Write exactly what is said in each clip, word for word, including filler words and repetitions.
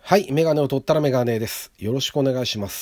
はい、メガネを取ったらメガネです。よろしくお願いします。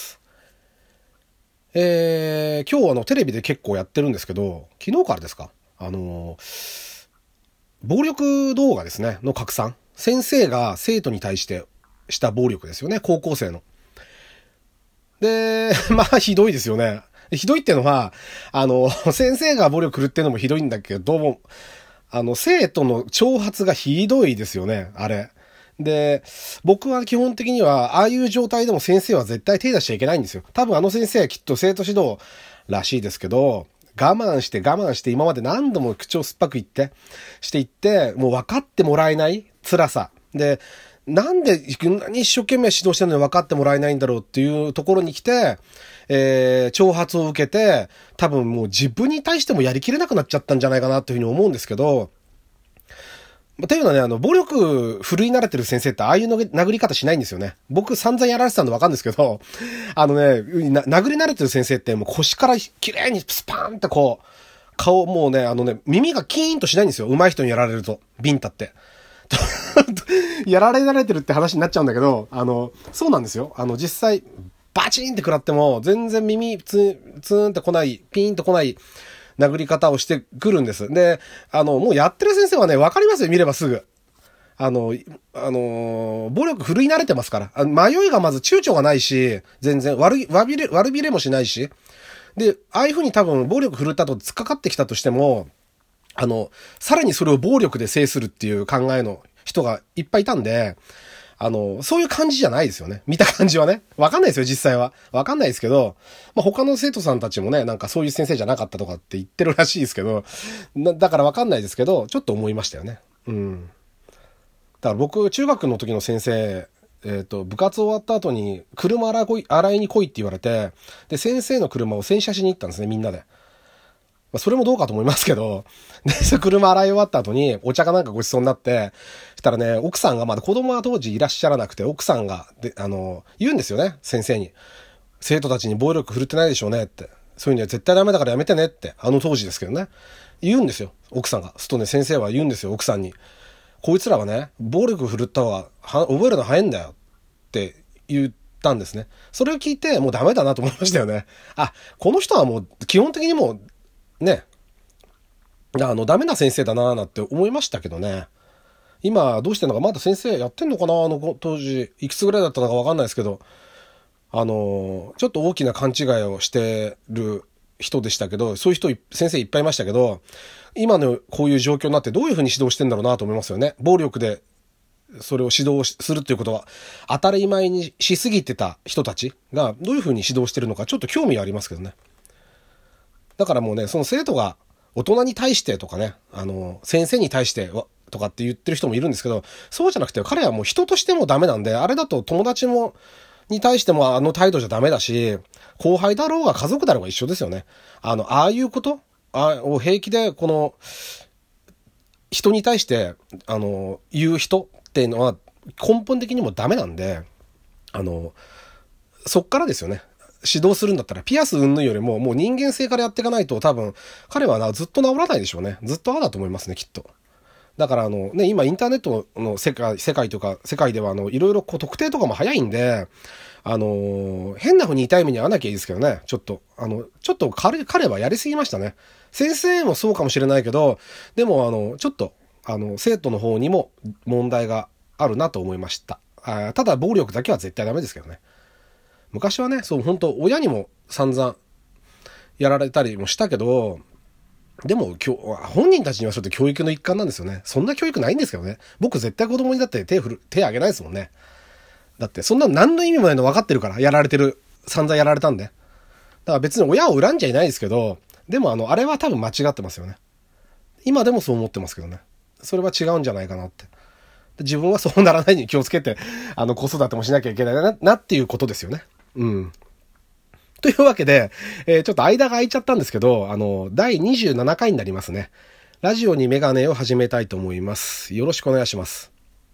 えー、今日あのテレビで結構やってるんですけど、昨日からですか、あのー、暴力動画ですね、の拡散。先生が生徒に対してした暴力ですよね、高校生の。で、まあひどいですよね。ひどいっていうのは、あの、先生が暴力振るっていうのもひどいんだけども、あの、生徒の挑発がひどいですよね、あれ。で、僕は基本的には、ああいう状態でも先生は絶対手出しちゃいけないんですよ。多分あの先生はきっと生徒指導らしいですけど、我慢して我慢して今まで何度も口を酸っぱく言って、していって、もう分かってもらえない辛さ。で、なんでこんなに一生懸命指導してるのに分かってもらえないんだろうっていうところに来て、えー、挑発を受けて、多分もう自分に対してもやりきれなくなっちゃったんじゃないかなというふうに思うんですけど、というのはね、あの、暴力振るい慣れてる先生ってああいうの殴り方しないんですよね。僕散々やられてたんでわかるんですけど、あのね、殴り慣れてる先生ってもう腰から綺麗にスパーンってこう、顔もうね、あのね、耳がキーンとしないんですよ。上手い人にやられると。ビンタって。やられ慣れてるって話になっちゃうんだけど、あの、そうなんですよ。あの、実際、バチンって食らっても、全然耳ツーン、ツーンって来ない、ピーンと来ない、殴り方をしてくるんです。で、あの、もうやってる先生はね、わかりますよ、見ればすぐ。あの、あの、暴力振るい慣れてますから。あ迷いがまず躊躇がないし、全然悪い、悪びれ、悪びれもしないし。で、ああいう風に多分暴力振るったと突っかかってきたとしても、あの、さらにそれを暴力で制するっていう考えの人がいっぱいいたんで、あの、そういう感じじゃないですよね。見た感じはね。わかんないですよ、実際は。わかんないですけど、まあ、他の生徒さんたちもね、なんかそういう先生じゃなかったとかって言ってるらしいですけど、だからわかんないですけど、ちょっと思いましたよね。うん。だから僕、中学の時の先生、えっと、部活終わった後に、車洗い来い、洗いに来いって言われて、で、先生の車を洗車しに行ったんですね、みんなで。まあ、それもどうかと思いますけど、で、車洗い終わった後に、お茶かなんかごちそうになって、したらね、奥さんが、まだ子供は当時いらっしゃらなくて、奥さんが、で、あの、言うんですよね、先生に。生徒たちに暴力振るってないでしょうねって。そういうのは絶対ダメだからやめてねって、あの当時ですけどね。言うんですよ、奥さんが。すとね、先生は言うんですよ、奥さんに。こいつらはね、暴力振るった方が、は、覚えるの早いんだよって言ったんですね。それを聞いて、もうダメだなと思いましたよね。あ、この人はもう、基本的にもう、ね、あの、ダメな先生だなーなんて思いましたけどね。今、どうしてんのか、まだ先生やってんのかな、あの当時、いくつぐらいだったのかわかんないですけど、あの、ちょっと大きな勘違いをしてる人でしたけど、そういう人、先生いっぱいいましたけど、今のこういう状況になってどういうふうに指導してんだろうなと思いますよね。暴力で、それを指導するっていうことは、当たり前にしすぎてた人たちが、どういうふうに指導してるのか、ちょっと興味はありますけどね。だからもうね、その生徒が大人に対してとかね、あの、先生に対してとかって言ってる人もいるんですけど、そうじゃなくて彼はもう人としてもダメなんで、あれだと友達も、に対してもあの態度じゃダメだし、後輩だろうが家族だろうが一緒ですよね。あの、ああいうことあを平気でこの、人に対して、あの、言う人っていうのは根本的にもダメなんで、あの、そっからですよね。指導するんだったら、ピアス云々よりも、もう人間性からやっていかないと、多分、彼はな、ずっと治らないでしょうね。ずっとああだと思いますね、きっと。だから、あの、ね、今、インターネットの世界、世界というか、世界では、あの、いろいろこう、特定とかも早いんで、あの、変な風に痛い目に遭わなきゃいいですけどね、ちょっと、あの、ちょっと彼、彼はやりすぎましたね。先生もそうかもしれないけど、でも、あの、ちょっと、あの、生徒の方にも問題があるなと思いました。あ、ただ、暴力だけは絶対ダメですけどね。昔はね、そう、本当親にも散々やられたりもしたけど、でも、本人たちにはそれって教育の一環なんですよね。そんな教育ないんですけどね。僕絶対子供にだって手振る、手挙げないですもんね。だって、そんな何の意味もないの分かってるから、やられてる。散々やられたんで。だから別に親を恨んじゃいないですけど、でもあの、あれは多分間違ってますよね。今でもそう思ってますけどね。それは違うんじゃないかなって。自分はそうならないように気をつけて、あの、子育てもしなきゃいけないな、なっていうことですよね。うん。というわけで、えー、ちょっと間が空いちゃったんですけど、あの、だいにじゅうななかいになりますね。ラジオにメガネを始めたいと思います。よろしくお願いします。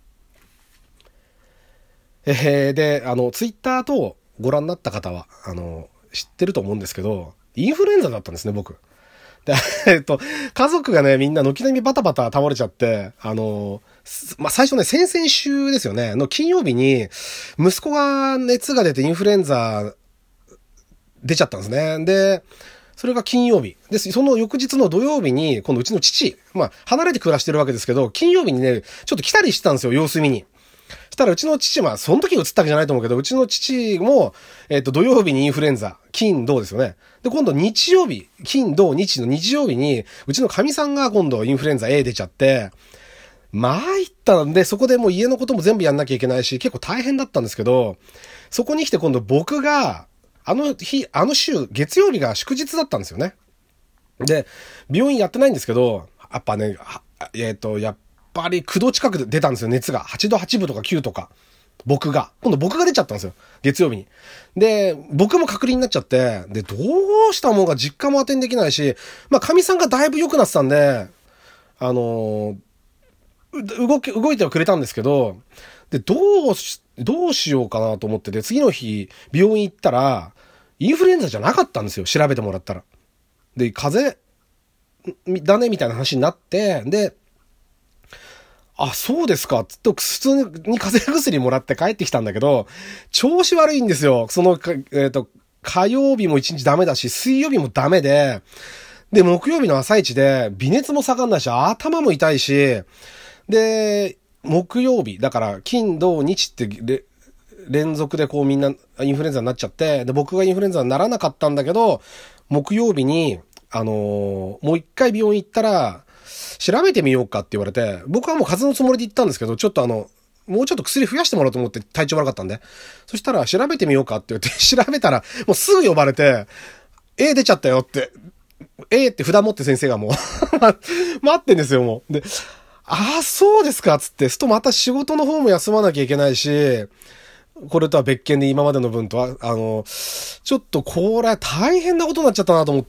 えー、で、あの、ツイッターとご覧になった方は、あの、知ってると思うんですけど、インフルエンザだったんですね、僕。で、えっと、家族がね、みんな軒並みバタバタ倒れちゃって、あの、 まあ、最初ね、先々週ですよね、の金曜日に、息子が熱が出てインフルエンザ出ちゃったんですね。で、それが金曜日。で、その翌日の土曜日に、今度うちの父、まあ、離れて暮らしてるわけですけど、金曜日にね、ちょっと来たりしてたんですよ、様子見に。したらうちの父、まあ、その時に移ったわけじゃないと思うけど、うちの父も、えっと、土曜日にインフルエンザ、金、土ですよね。で、今度日曜日、金、土、日の日曜日に、うちの神さんが今度インフルエンザ A 出ちゃって、参ったんで、そこでもう家のことも全部やんなきゃいけないし、結構大変だったんですけど、そこに来て今度僕が、あの日、あの週、月曜日が祝日だったんですよね。で、病院やってないんですけど、やっぱね、えっと、やっぱりきゅうど近く出たんですよ、熱が。はちどはちぶとかきゅうとか。僕が。今度僕が出ちゃったんですよ。月曜日に。で、僕も隔離になっちゃって、で、どうしたもんが実家も当てにできないし、まあ、神さんがだいぶ良くなってたんで、あのー、動き、動いてはくれたんですけど、で、どうし、どうしようかなと思ってて、次の日、病院行ったら、インフルエンザじゃなかったんですよ。調べてもらったら。で、風邪だねみたいな話になって、で、あ、そうですか。つっと普通に風邪薬もらって帰ってきたんだけど、調子悪いんですよ。その、えっと、火曜日も一日ダメだし、水曜日もダメで、で、木曜日の朝一で、微熱も下がんないし、頭も痛いし、で、木曜日、だから、金、土、日って連続でこうみんなインフルエンザになっちゃって、で、僕がインフルエンザにならなかったんだけど、木曜日に、あのー、もう一回病院行ったら、調べてみようかって言われて、僕はもう風邪のつもりで行ったんですけど、ちょっとあの、もうちょっと薬増やしてもらおうと思って体調悪かったんで。そしたら、調べてみようかって言って、調べたら、もうすぐ呼ばれて、A 出ちゃったよって、A って札持って先生がもう、待ってんですよ、もう。で、ああ、そうですか、つって、すとまた仕事の方も休まなきゃいけないし、これとは別件で今までの分とは、あの、ちょっとこれ大変なことになっちゃったなと思って、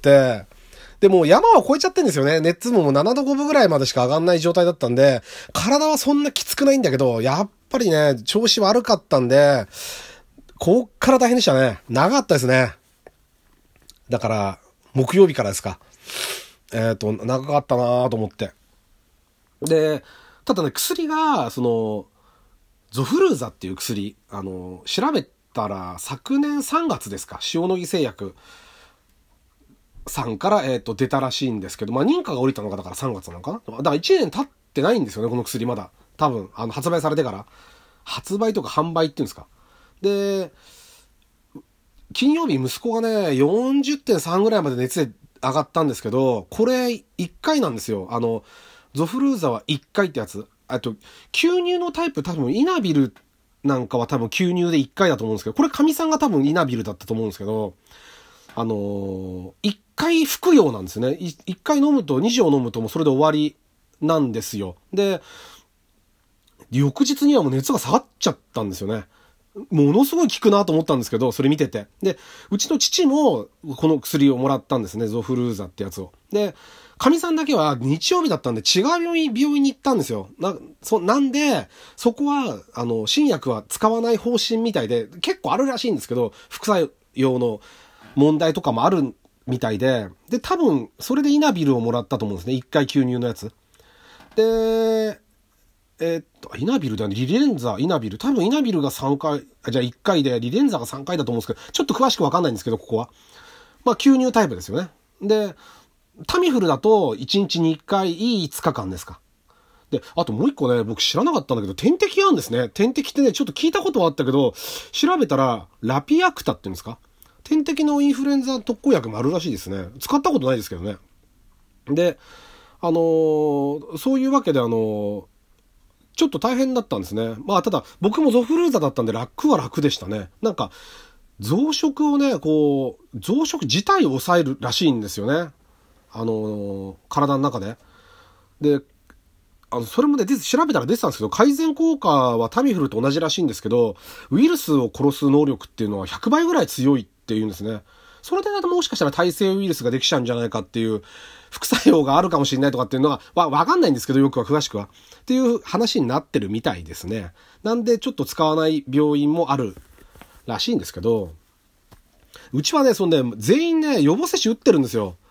でも山は越えちゃってんですよね。熱ももうななどごぶぐらいまでしか上がんない状態だったんで、体はそんなきつくないんだけど、やっぱりね、調子悪かったんで、こっから大変でしたね。長かったですね。だから、木曜日からですか。えっと、長かったなと思って。で、ただね、薬が、その、ゾフルーザっていう薬、あの、調べたら、昨年さんがつですか、塩野義製薬さんから、えっと、出たらしいんですけど、まあ、認可が下りたのがだからさんがつなのかな。だからいちねん経ってないんですよね、この薬まだ。多分、あの、発売されてから。発売とか販売っていうんですか。で、金曜日息子がね、よんじゅってんさん ぐらいまで熱で上がったんですけど、これいっかいなんですよ。あの、ゾフルーザはいっかいってやつ。あと、吸入のタイプ多分イナビルなんかは多分吸入でいっかいだと思うんですけど、これ神さんが多分イナビルだったと思うんですけど、あのー、いっかい服用なんですよね。いっかい飲むと、に錠飲むともうそれで終わりなんですよ。で、翌日にはもう熱が下がっちゃったんですよね。ものすごい効くなと思ったんですけど、それ見てて。で、うちの父もこの薬をもらったんですね。ゾフルーザってやつを。で、神さんだけは日曜日だったんで違う病院、病院に行ったんですよ。な、そ、なんで、そこは、あの、新薬は使わない方針みたいで、結構あるらしいんですけど、副作用の問題とかもあるみたいで、で、多分、それでイナビルをもらったと思うんですね。一回吸入のやつ。で、えー、っと、イナビルだね。リレンザ、イナビル。多分イナビルがさんかい、あ、じゃあいっかいで、リレンザがさんかいだと思うんですけど、ちょっと詳しくわかんないんですけど、ここは。まあ、吸入タイプですよね。で、タミフルだといちにちにかいいつかかんですか。で、あともう一個ね、僕知らなかったんだけど、点滴あるんですね。点滴ってね、ちょっと聞いたことはあったけど、調べたら、ラピアクタって言うんですか。点滴のインフルエンザ特効薬もあるらしいですね。使ったことないですけどね。で、あのー、そういうわけであのー、ちょっと大変だったんですね。まあ、ただ、僕もゾフルーザだったんで楽は楽でしたね。なんか、増殖をね、こう、増殖自体を抑えるらしいんですよね。あのー、体の中で。で、あの、それもね、調べたら出てたんですけど、改善効果はタミフルと同じらしいんですけど、ウイルスを殺す能力っていうのはひゃくばいぐらい強いっていうんですね。それでだともしかしたら耐性ウイルスができちゃうんじゃないかっていう副作用があるかもしれないとかっていうのはわ、わかんないんですけど、よくは詳しくは。っていう話になってるみたいですね。なんでちょっと使わない病院もあるらしいんですけど、うちはね、そんで、全員ね、予防接種打ってるんですよ。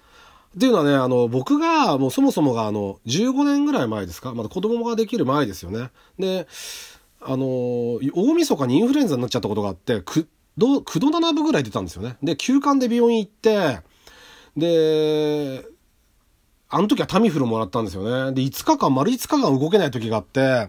っていうのはね、あの、僕が、もうそもそもが、あの、じゅうごねんぐらい前ですか、まだ子供ができる前ですよね。で、あの、大晦日にインフルエンザになっちゃったことがあって、く、ど、くどななぶぐらい出たんですよね。で、急患で病院行って、で、あの時はタミフルもらったんですよね。で、いつかかん、丸いつかかん動けない時があって、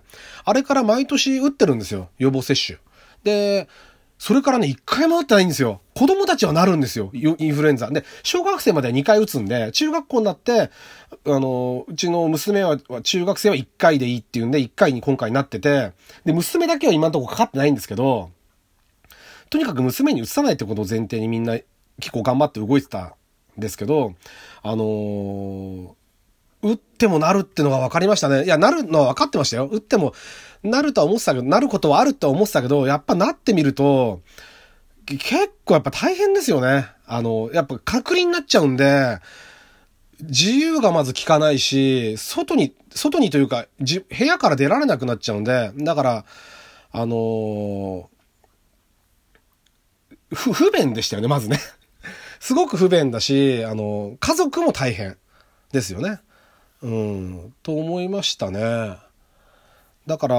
あれから毎年打ってるんですよ。予防接種。で、それからね、一回も打ってないんですよ。子供たちはなるんですよ。インフルエンザ。で、小学生まではにかい打つんで、中学校になって、あの、うちの娘は、中学生はいっかいでいいっていうんで、いっかいに今回なってて、で、娘だけは今のところかかってないんですけど、とにかく娘に打たないってことを前提にみんな結構頑張って動いてたんですけど、あのー、打ってもなるってのが分かりましたね。いや、なるのは分かってましたよ。打っても、なるとは思ってたけど、なることはあるとは思ってたけど、やっぱなってみると、結構やっぱ大変ですよね。あの、やっぱ隔離になっちゃうんで、自由がまず効かないし、外に、外にというか、じ、部屋から出られなくなっちゃうんで、だから、あのー、不、不便でしたよね、まずね。すごく不便だし、あの、家族も大変ですよね。うん、と思いましたね。だから、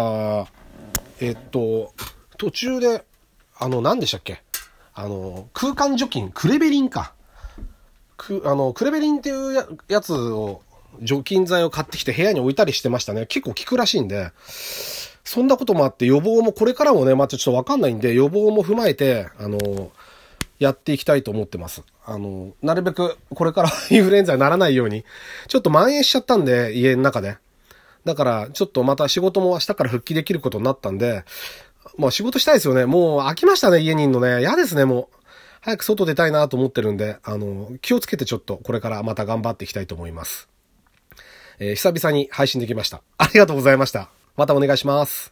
えっと、途中で、あの、何でしたっけ？あの、空間除菌、クレベリンか。く、あの、クレベリンっていうや、やつを、除菌剤を買ってきて部屋に置いたりしてましたね。結構効くらしいんで、そんなこともあって予防もこれからもね、まあ、ちょっとわかんないんで、予防も踏まえて、あの、やっていきたいと思ってます。あの、なるべくこれからインフルエンザにならないように、ちょっと蔓延しちゃったんで、家の中で。だから、ちょっとまた仕事も明日から復帰できることになったんで、まあ仕事したいですよね。もう飽きましたね、家にいるのね。嫌ですね、もう。早く外出たいなと思ってるんで、あの、気をつけてちょっとこれからまた頑張っていきたいと思います。えー、久々に配信できました。ありがとうございました。またお願いします。